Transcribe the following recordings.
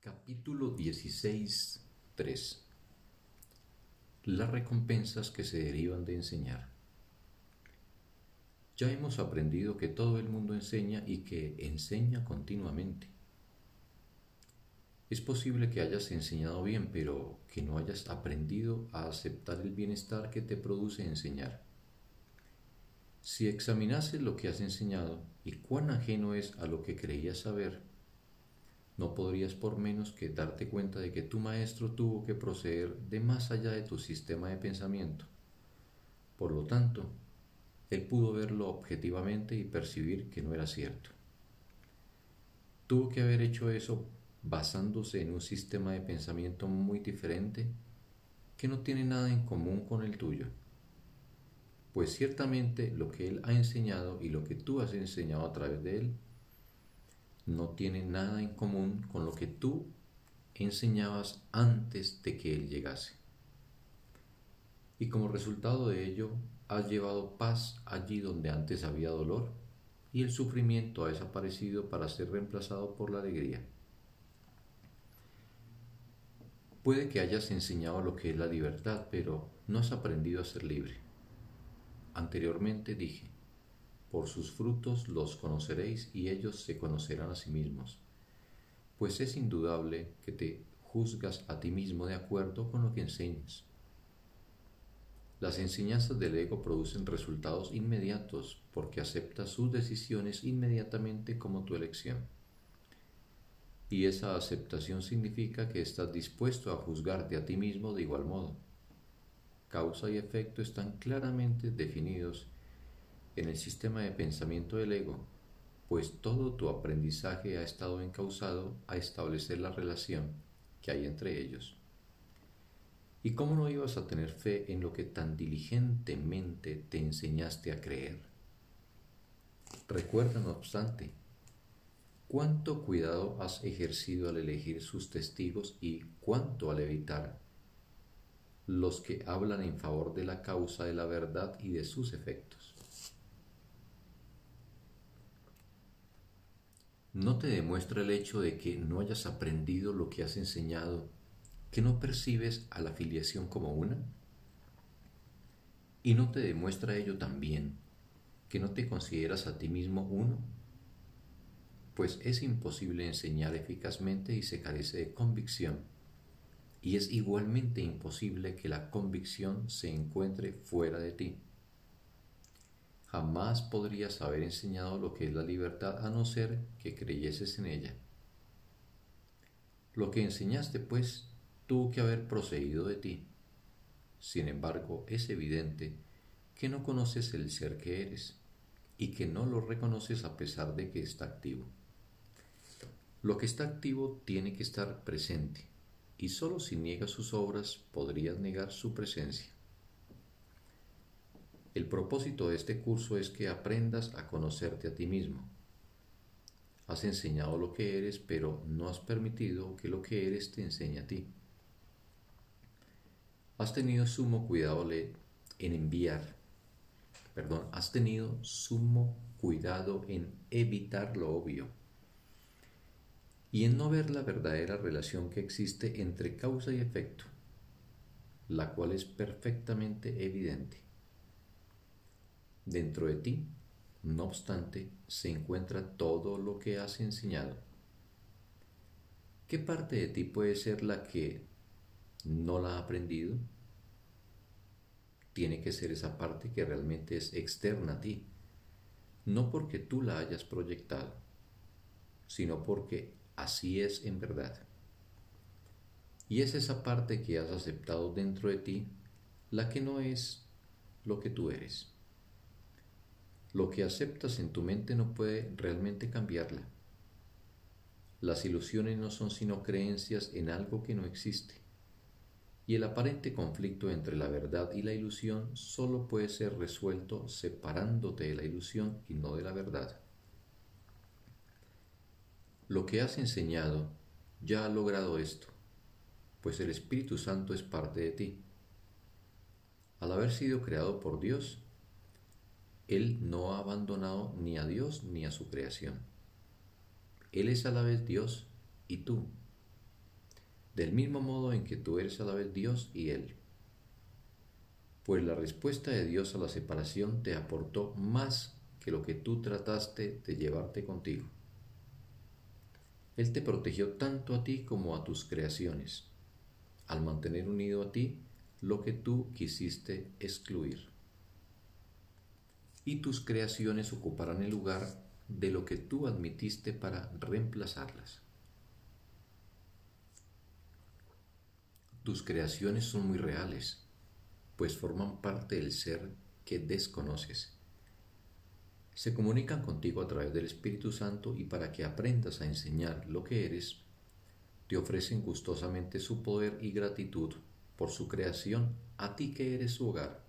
Capítulo 16:3. Las recompensas que se derivan de enseñar. Ya hemos aprendido que todo el mundo enseña y que enseña continuamente. Es posible que hayas enseñado bien, pero que no hayas aprendido a aceptar el bienestar que te produce enseñar. Si examinases lo que has enseñado y cuán ajeno es a lo que creías saber, no podrías por menos que darte cuenta de que tu maestro tuvo que proceder de más allá de tu sistema de pensamiento. Por lo tanto, él pudo verlo objetivamente y percibir que no era cierto. Tuvo que haber hecho eso basándose en un sistema de pensamiento muy diferente que no tiene nada en común con el tuyo. Pues ciertamente lo que él ha enseñado y lo que tú has enseñado a través de él no tiene nada en común con lo que tú enseñabas antes de que él llegase. Y como resultado de ello, has llevado paz allí donde antes había dolor, y el sufrimiento ha desaparecido para ser reemplazado por la alegría. Puede que hayas enseñado lo que es la libertad, pero no has aprendido a ser libre. Anteriormente dije: por sus frutos los conoceréis y ellos se conocerán a sí mismos, pues es indudable que te juzgas a ti mismo de acuerdo con lo que enseñas. Las enseñanzas del ego producen resultados inmediatos porque aceptas sus decisiones inmediatamente como tu elección. Y esa aceptación significa que estás dispuesto a juzgarte a ti mismo de igual modo. Causa y efecto están claramente definidos en el sistema de pensamiento del ego, pues todo tu aprendizaje ha estado encauzado a establecer la relación que hay entre ellos. ¿Y cómo no ibas a tener fe en lo que tan diligentemente te enseñaste a creer? Recuerda, no obstante, cuánto cuidado has ejercido al elegir sus testigos y cuánto al evitar los que hablan en favor de la causa de la verdad y de sus efectos. ¿No te demuestra el hecho de que no hayas aprendido lo que has enseñado, que no percibes a la filiación como una? ¿Y no te demuestra ello también que no te consideras a ti mismo uno? Pues es imposible enseñar eficazmente y se carece de convicción, y es igualmente imposible que la convicción se encuentre fuera de ti. Jamás podrías haber enseñado lo que es la libertad a no ser que creyeses en ella. Lo que enseñaste, pues, tuvo que haber procedido de ti. Sin embargo, es evidente que no conoces el ser que eres y que no lo reconoces a pesar de que está activo. Lo que está activo tiene que estar presente, y sólo si niegas sus obras podrías negar su presencia. El propósito de este curso es que aprendas a conocerte a ti mismo. Has enseñado lo que eres, pero no has permitido que lo que eres te enseñe a ti. Has tenido sumo cuidado en evitar lo obvio y en no ver la verdadera relación que existe entre causa y efecto, la cual es perfectamente evidente. Dentro de ti, no obstante, se encuentra todo lo que has enseñado. ¿Qué parte de ti puede ser la que no la ha aprendido? Tiene que ser esa parte que realmente es externa a ti, no porque tú la hayas proyectado, sino porque así es en verdad. Y es esa parte que has aceptado dentro de ti la que no es lo que tú eres. Lo que aceptas en tu mente no puede realmente cambiarla. Las ilusiones no son sino creencias en algo que no existe. Y el aparente conflicto entre la verdad y la ilusión solo puede ser resuelto separándote de la ilusión y no de la verdad. Lo que has enseñado ya ha logrado esto, pues el Espíritu Santo es parte de ti. Al haber sido creado por Dios, Él no ha abandonado ni a Dios ni a su creación. Él es a la vez Dios y tú, del mismo modo en que tú eres a la vez Dios y Él. Pues la respuesta de Dios a la separación te aportó más que lo que tú trataste de llevarte contigo. Él te protegió tanto a ti como a tus creaciones, al mantener unido a ti lo que tú quisiste excluir. Y tus creaciones ocuparán el lugar de lo que tú admitiste para reemplazarlas. Tus creaciones son muy reales, pues forman parte del ser que desconoces. Se comunican contigo a través del Espíritu Santo y para que aprendas a enseñar lo que eres, te ofrecen gustosamente su poder y gratitud por su creación a ti que eres su hogar.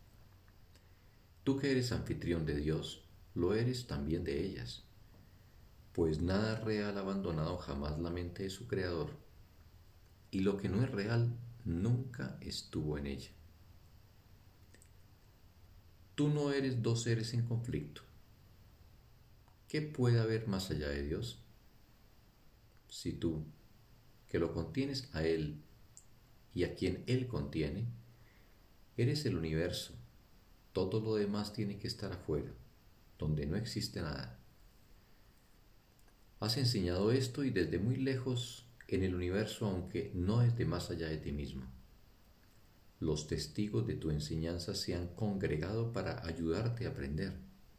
Tú que eres anfitrión de Dios, lo eres también de ellas, pues nada real ha abandonado jamás la mente de su Creador, y lo que no es real nunca estuvo en ella. Tú no eres dos seres en conflicto. ¿Qué puede haber más allá de Dios? Si tú, que lo contienes a Él y a quien Él contiene, eres el universo, todo lo demás tiene que estar afuera, donde no existe nada. Has enseñado esto y desde muy lejos en el universo, aunque no es de más allá de ti mismo. Los testigos de tu enseñanza se han congregado para ayudarte a aprender.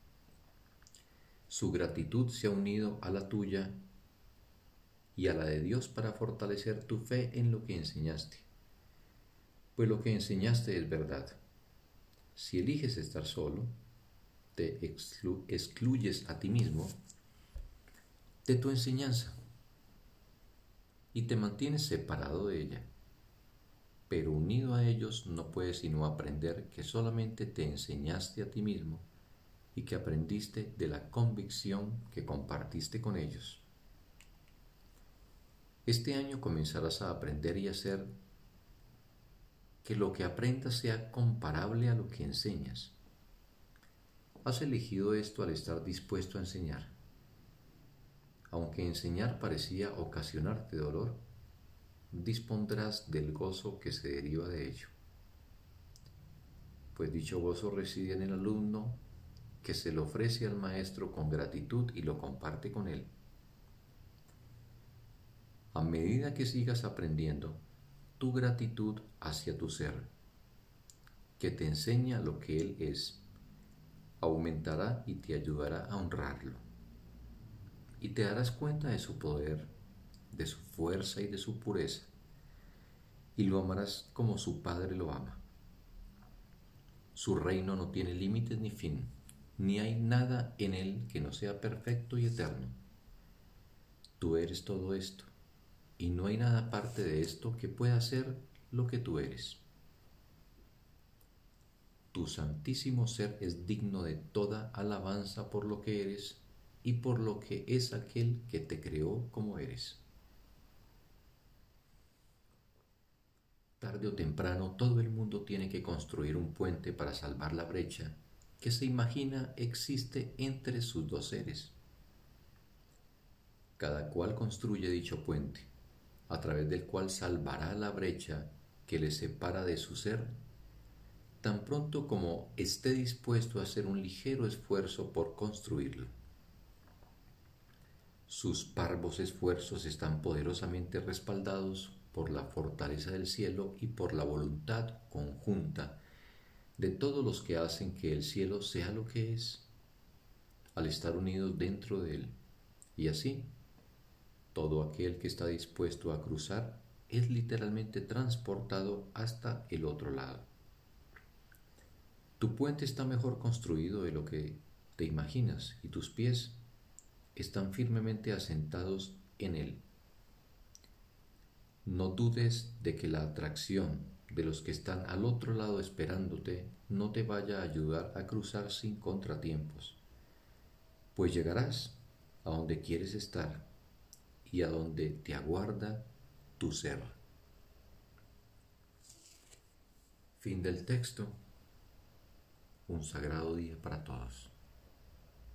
Su gratitud se ha unido a la tuya y a la de Dios para fortalecer tu fe en lo que enseñaste. Pues lo que enseñaste es verdad. Si eliges estar solo, te excluyes a ti mismo de tu enseñanza y te mantienes separado de ella. Pero unido a ellos no puedes sino aprender que solamente te enseñaste a ti mismo y que aprendiste de la convicción que compartiste con ellos. Este año comenzarás a aprender y hacer que lo que aprendas sea comparable a lo que enseñas. Has elegido esto al estar dispuesto a enseñar. Aunque enseñar parecía ocasionarte dolor, dispondrás del gozo que se deriva de ello. Pues dicho gozo reside en el alumno que se lo ofrece al maestro con gratitud y lo comparte con él. A medida que sigas aprendiendo, tu gratitud hacia tu ser, que te enseña lo que él es, aumentará y te ayudará a honrarlo. Y te darás cuenta de su poder, de su fuerza y de su pureza, y lo amarás como su Padre lo ama. Su reino no tiene límites ni fin, ni hay nada en él que no sea perfecto y eterno. Tú eres todo esto, y no hay nada aparte de esto que pueda ser lo que tú eres. Tu santísimo ser es digno de toda alabanza por lo que eres y por lo que es aquel que te creó como eres. Tarde o temprano todo el mundo tiene que construir un puente para salvar la brecha que se imagina existe entre sus dos seres. Cada cual construye dicho puente, a través del cual salvará la brecha que le separa de su ser, tan pronto como esté dispuesto a hacer un ligero esfuerzo por construirlo. Sus parvos esfuerzos están poderosamente respaldados por la fortaleza del cielo y por la voluntad conjunta de todos los que hacen que el cielo sea lo que es, al estar unidos dentro de él. Y así, todo aquel que está dispuesto a cruzar es literalmente transportado hasta el otro lado. Tu puente está mejor construido de lo que te imaginas y tus pies están firmemente asentados en él. No dudes de que la atracción de los que están al otro lado esperándote no te vaya a ayudar a cruzar sin contratiempos, pues llegarás a donde quieres estar y a donde te aguarda tu ser. Fin del texto. Un sagrado día para todos.